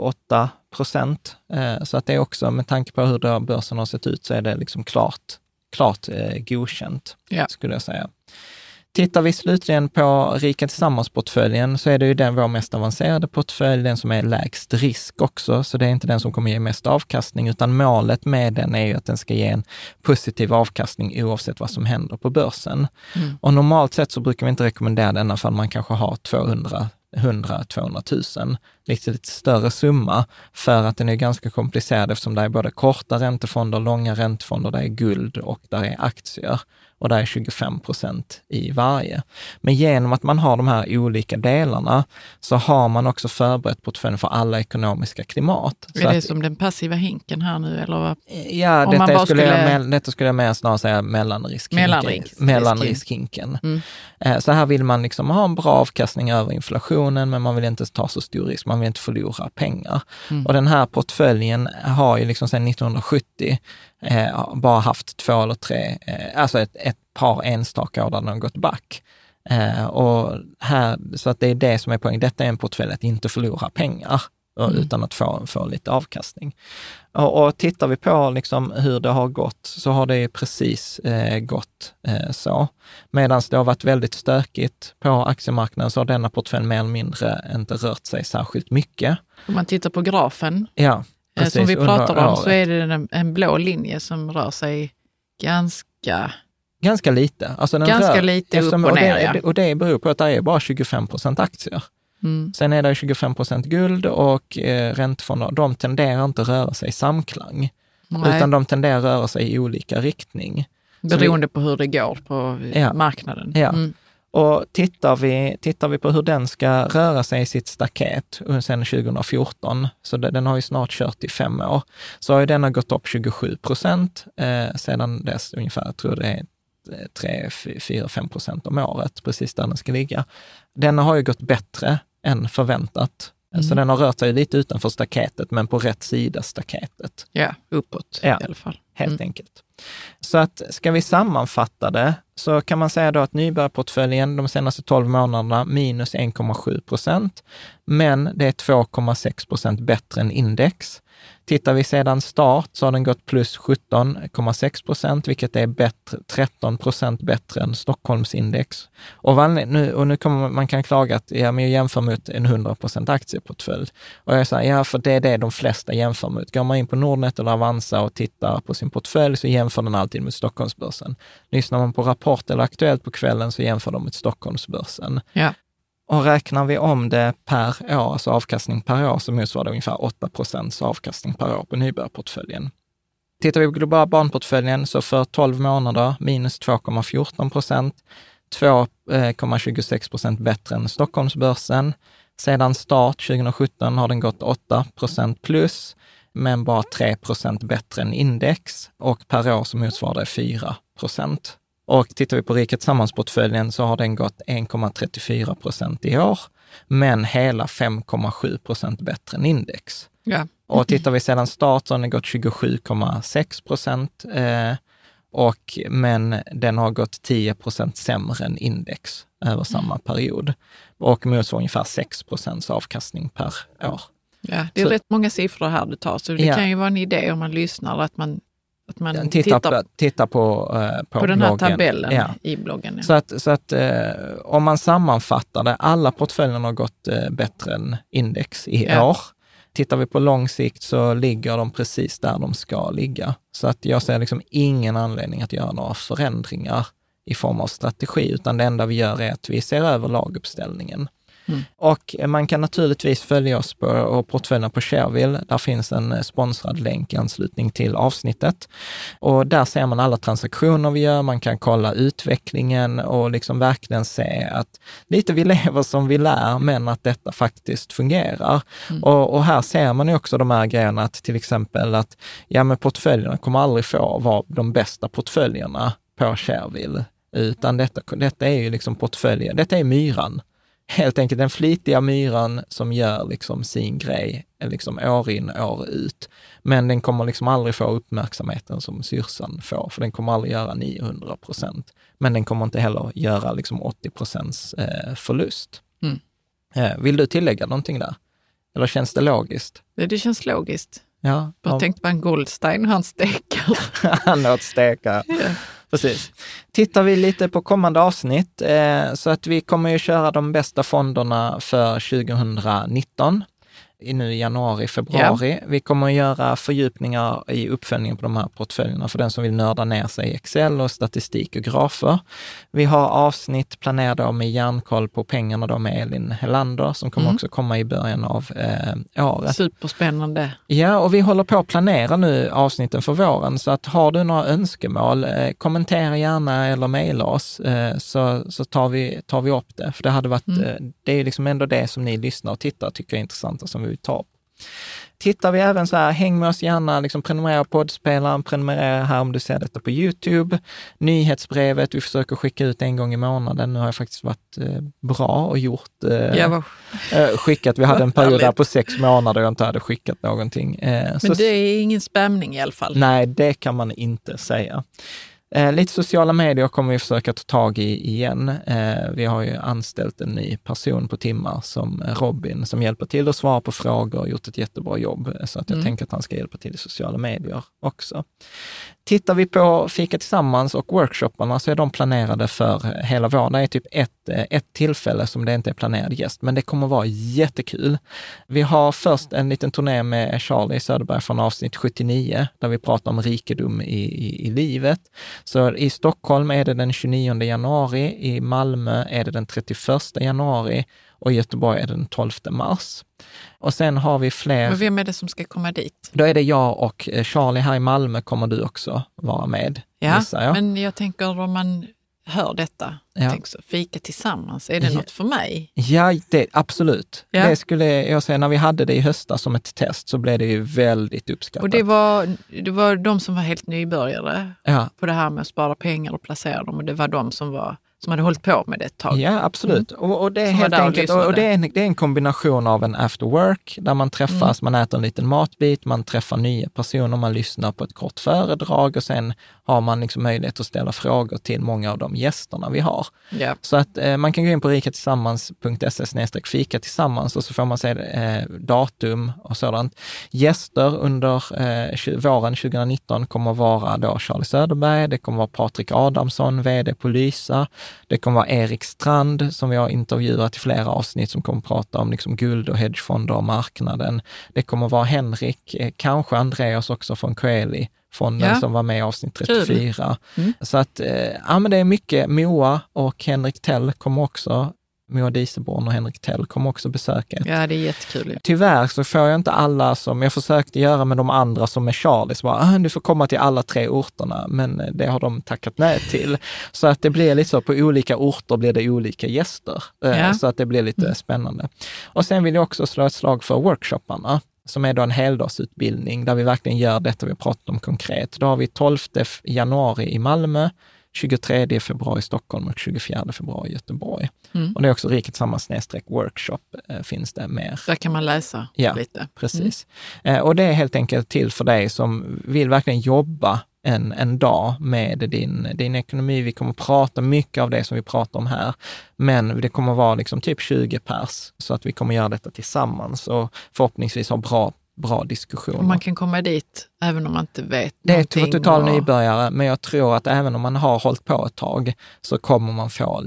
8%, så att det är också, med tanke på hur börsen har sett ut, så är det liksom klart godkänt, skulle jag säga. Tittar vi slutligen på Rika Tillsammans-portföljen, så är det ju den vår mest avancerade portfölj, den som är lägst risk också, så det är inte den som kommer ge mest avkastning, utan målet med den är ju att den ska ge en positiv avkastning oavsett vad som händer på börsen. Och normalt sett så brukar vi inte rekommendera denna för man kanske har 100-200 000, lite större summa, för att den är ganska komplicerad eftersom det är både korta räntefonder, långa räntefonder, det är guld och där är aktier. Och där är 25% i varje. Men genom att man har de här olika delarna så har man också förberett portföljen för alla ekonomiska klimat. Är det som den passiva hinken här nu? Eller? Ja, detta skulle jag mer snarare säga mellanriskhinken. Så här vill man liksom ha en bra avkastning över inflationen, men man vill inte ta så stor risk, man vill inte förlora pengar. Och den här portföljen har ju liksom sedan 1970 bara haft 2 eller 3, alltså ett par enstaka år där den har gått back. Och här, så att det är det som är poängen. Detta är en portfölj att inte förlora pengar utan att få lite avkastning. Och tittar vi på liksom hur det har gått, så har det precis gått så. Medan det har varit väldigt stökigt på aktiemarknaden, så har denna portfölj mer eller mindre inte rört sig särskilt mycket. Om man tittar på grafen, precis, som vi pratar om, så är det en blå linje som rör sig ganska lite. Alltså den ganska lite upp och ner. Och det beror på att det är bara 25% aktier. Sen är det 25% guld och räntefonder. De tenderar inte att röra sig i samklang. Utan de tenderar att röra sig i olika riktning. Beroende på hur det går på marknaden. Ja. Och tittar vi på hur den ska röra sig i sitt staket sedan 2014, så den har ju snart kört i 5 år, så har ju den gått upp 27% sedan dess ungefär. Jag tror det är 3-4-5% om året, precis där den ska ligga. Den har ju gått bättre än förväntat. Så den har rört sig lite utanför staketet, men på rätt sida staketet. Ja, uppåt i alla fall. Helt enkelt. Så att ska vi sammanfatta det, så kan man säga då att nybörjarportföljen de senaste 12 månaderna minus 1,7%, men det är 2,6% bättre än index. Tittar vi sedan start så har den gått plus 17,6%, vilket är 13% bättre än Stockholmsindex. Och nu kommer man kan klaga att jag jämför mot en 100% aktieportfölj. Och jag säger, för det är det de flesta jämför mot. Går man in på Nordnet eller Avanza och tittar på sin portfölj så jämför den alltid mot Stockholmsbörsen. Lyssnar man på Rapport eller Aktuellt på kvällen så jämför de mot Stockholmsbörsen. Ja. Och räknar vi om det per år, alltså avkastning per år, så motsvarar det ungefär 8% avkastning per år på nybörjarportföljen. Tittar vi på globala barnportföljen så för 12 månader minus 2,14%, 2,26% bättre än Stockholmsbörsen. Sedan start 2017 har den gått 8% plus, men bara 3% bättre än index, och per år så motsvarar det 4%. Och tittar vi på Riket Sammansportföljen så har den gått 1,34% i år, men hela 5,7% bättre än index. Ja. Och tittar vi sedan start så har den gått 27,6%, men den har gått 10% sämre än index över samma period. Och motsvarar ungefär 6% avkastning per år. Ja, det är rätt många siffror här du tar, så det kan ju vara en idé om man lyssnar att man tittar på bloggen. Den här tabellen i bloggen. Ja. Så att om man sammanfattar det, alla portföljerna har gått bättre än index i år. Tittar vi på lång sikt så ligger de precis där de ska ligga. Så att jag ser liksom ingen anledning att göra några förändringar i form av strategi, utan det enda vi gör är att vi ser över laguppställningen. Och man kan naturligtvis följa oss på portföljerna på Shareville. Där finns en sponsrad länk i anslutning till avsnittet. Och där ser man alla transaktioner vi gör. Man kan kolla utvecklingen och liksom verkligen se att lite vi lever som vi lär, men att detta faktiskt fungerar. Och här ser man ju också de här grejerna, att till exempel att men portföljerna kommer aldrig få vara de bästa portföljerna på Shareville. Utan detta är ju liksom portföljer. Detta är myran. Helt enkelt den flitiga myran som gör liksom sin grej liksom år in, år ut. Men den kommer liksom aldrig få uppmärksamheten som syrsan får, för den kommer aldrig göra 900%. Men den kommer inte heller göra liksom 80% förlust. Vill du tillägga någonting där? Eller känns det logiskt? Det känns logiskt. Ja. Jag tänkte på en Goldstein, han stekar. Han åt stekar. Yeah. Precis. Tittar vi lite på kommande avsnitt så att vi kommer ju köra de bästa fonderna för 2019 nu i januari, februari. Ja. Vi kommer att göra fördjupningar i uppföljningen på de här portföljerna för den som vill nörda ner sig i Excel och statistik och grafer. Vi har avsnitt planerade med järnkoll på pengarna då med Elin Helander som kommer också komma i början av året. Superspännande. Ja, och vi håller på att planera nu avsnitten för våren, så att har du några önskemål, kommentera gärna eller mejla oss så tar vi upp det. För det hade varit, det är liksom ändå det som ni lyssnar och tittar tycker är intressant och som vi tar upp. Tittar vi även så här, häng med oss gärna, liksom prenumerera på poddspelaren, prenumerera här om du ser detta på YouTube. Nyhetsbrevet, vi försöker skicka ut en gång i månaden. Nu har jag faktiskt varit bra och gjort skickat. Vi hade en period där på 6 månader jag inte hade skickat någonting. Men det är ingen spammning i alla fall. Nej, det kan man inte säga. Lite sociala medier kommer vi försöka ta tag i igen. Vi har ju anställt en ny person på timmar som Robin som hjälper till att svara på frågor och gjort ett jättebra jobb. Så att jag tänker att han ska hjälpa till i sociala medier också. Tittar vi på Fika Tillsammans och workshopparna så är de planerade för hela våren. Det är typ ett tillfälle som det inte är planerad gäst, men det kommer vara jättekul. Vi har först en liten turné med Charlie Söderberg från avsnitt 79 där vi pratar om rikedom i livet. Så i Stockholm är det den 29 januari, i Malmö är det den 31 januari och i Göteborg är det den 12 mars. Och sen har vi fler... Men vem är det som ska komma dit? Då är det jag och Charlie här i Malmö kommer du också vara med. Ja, men jag tänker om man hör detta, tänk så, Fika Tillsammans, är det något för mig? Ja, absolut. Ja. Det skulle jag säga, när vi hade det i höstas som ett test så blev det ju väldigt uppskattat. Och det var de som var helt nybörjare på det här med att spara pengar och placera dem, och det var de som var som hade hållit på med det ett tag. Ja, absolut. Och det är helt enkelt, och det är en kombination av en after work där man träffas, man äter en liten matbit, man träffar nya personer, man lyssnar på ett kort föredrag och sen har man liksom möjlighet att ställa frågor till många av de gästerna vi har. Yeah. Så att man kan gå in på rikatillsammans.se/fika tillsammans och så får man se datum och sådant. Gäster under våren 2019 kommer att vara då Charlie Söderberg, det kommer att vara Patrik Adamsson, vd på Lysa, det kommer att vara Erik Strand som vi har intervjuat i flera avsnitt som kommer att prata om liksom guld och hedgefonder och marknaden. Det kommer att vara Henrik, kanske Andreas också från Coeli-fonden som var med i avsnitt 34. Så att men det är mycket. Moa och Henrik Tell kommer också, Moa Dieseborn och Henrik Tell kommer också besöka. Ja, det är jättekul. Tyvärr så får jag inte alla som jag försökte göra med de andra som är Charlie. Så bara, du får komma till alla 3 orterna, men det har de tackat nej till. Så att det blir lite så, på olika orter blir det olika gäster. Så att det blir lite spännande. Och sen vill jag också slå ett slag för workshopparna, som är då en heldagsutbildning där vi verkligen gör detta vi pratat om konkret. Då har vi 12 januari i Malmö, 23 februari i Stockholm och 24 februari i Göteborg. Och det är också riketsamma/workshop finns det mer. Där kan man läsa lite. Precis. Och det är helt enkelt till för dig som vill verkligen jobba en dag med din ekonomi. Vi kommer att prata mycket av det som vi pratar om här, men det kommer att vara liksom typ 20 pers, så att vi kommer göra detta tillsammans och förhoppningsvis ha bra diskussioner. Man kan komma dit även om man inte vet det någonting. Det är total nybörjare, men jag tror att även om man har hållit på ett tag så kommer man få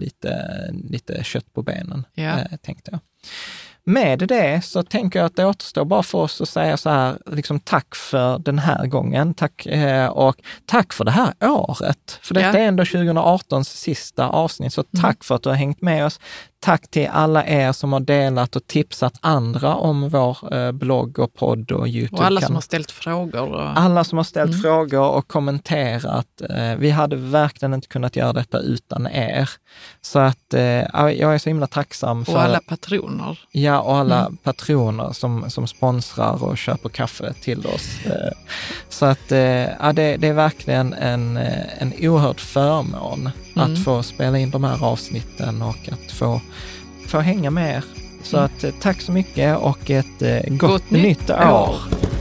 lite kött på benen, tänkte jag. Med det så tänker jag att det återstår bara för oss att säga så här, liksom tack för den här gången, och tack för det här året. För detta är ändå 2018s sista avsnitt, så tack för att du har hängt med oss. Tack till alla er som har delat och tipsat andra om vår blogg och podd och YouTube. Och alla som har ställt frågor. Alla som har ställt frågor och kommenterat. Vi hade verkligen inte kunnat göra detta utan er. Så att jag är så himla tacksam för... Och alla patroner. Ja, och alla patroner som sponsrar och köper kaffe till oss. Så att det är verkligen en oerhörd förmån att få spela in de här avsnitten och att få hänga med er. Så att tack så mycket och ett gott nytt år.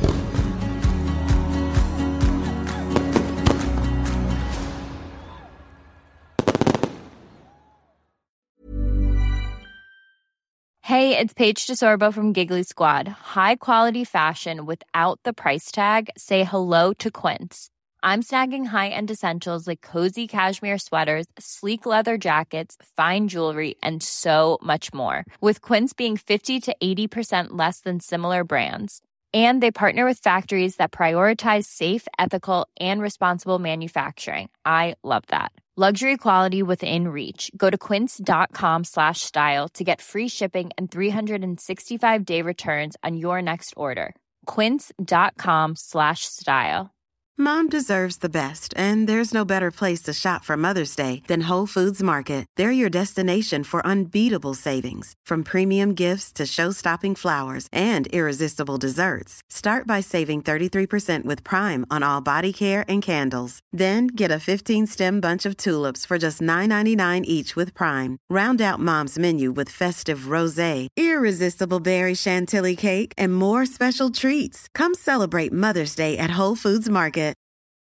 Hey, it's Paige DeSorbo from Giggly Squad. High quality fashion without the price tag. Say hello to Quince. I'm snagging high-end essentials like cozy cashmere sweaters, sleek leather jackets, fine jewelry, and so much more. With Quince being 50 to 80% less than similar brands. And they partner with factories that prioritize safe, ethical, and responsible manufacturing. I love that. Luxury quality within reach. Go to quince.com/style to get free shipping and 365-day returns on your next order. Quince.com/style. Mom deserves the best, and there's no better place to shop for Mother's Day than Whole Foods Market. They're your destination for unbeatable savings, from premium gifts to show-stopping flowers and irresistible desserts. Start by saving 33% with Prime on all body care and candles. Then get a 15-stem bunch of tulips for just $9.99 each with Prime. Round out Mom's menu with festive rosé, irresistible berry chantilly cake, and more special treats. Come celebrate Mother's Day at Whole Foods Market.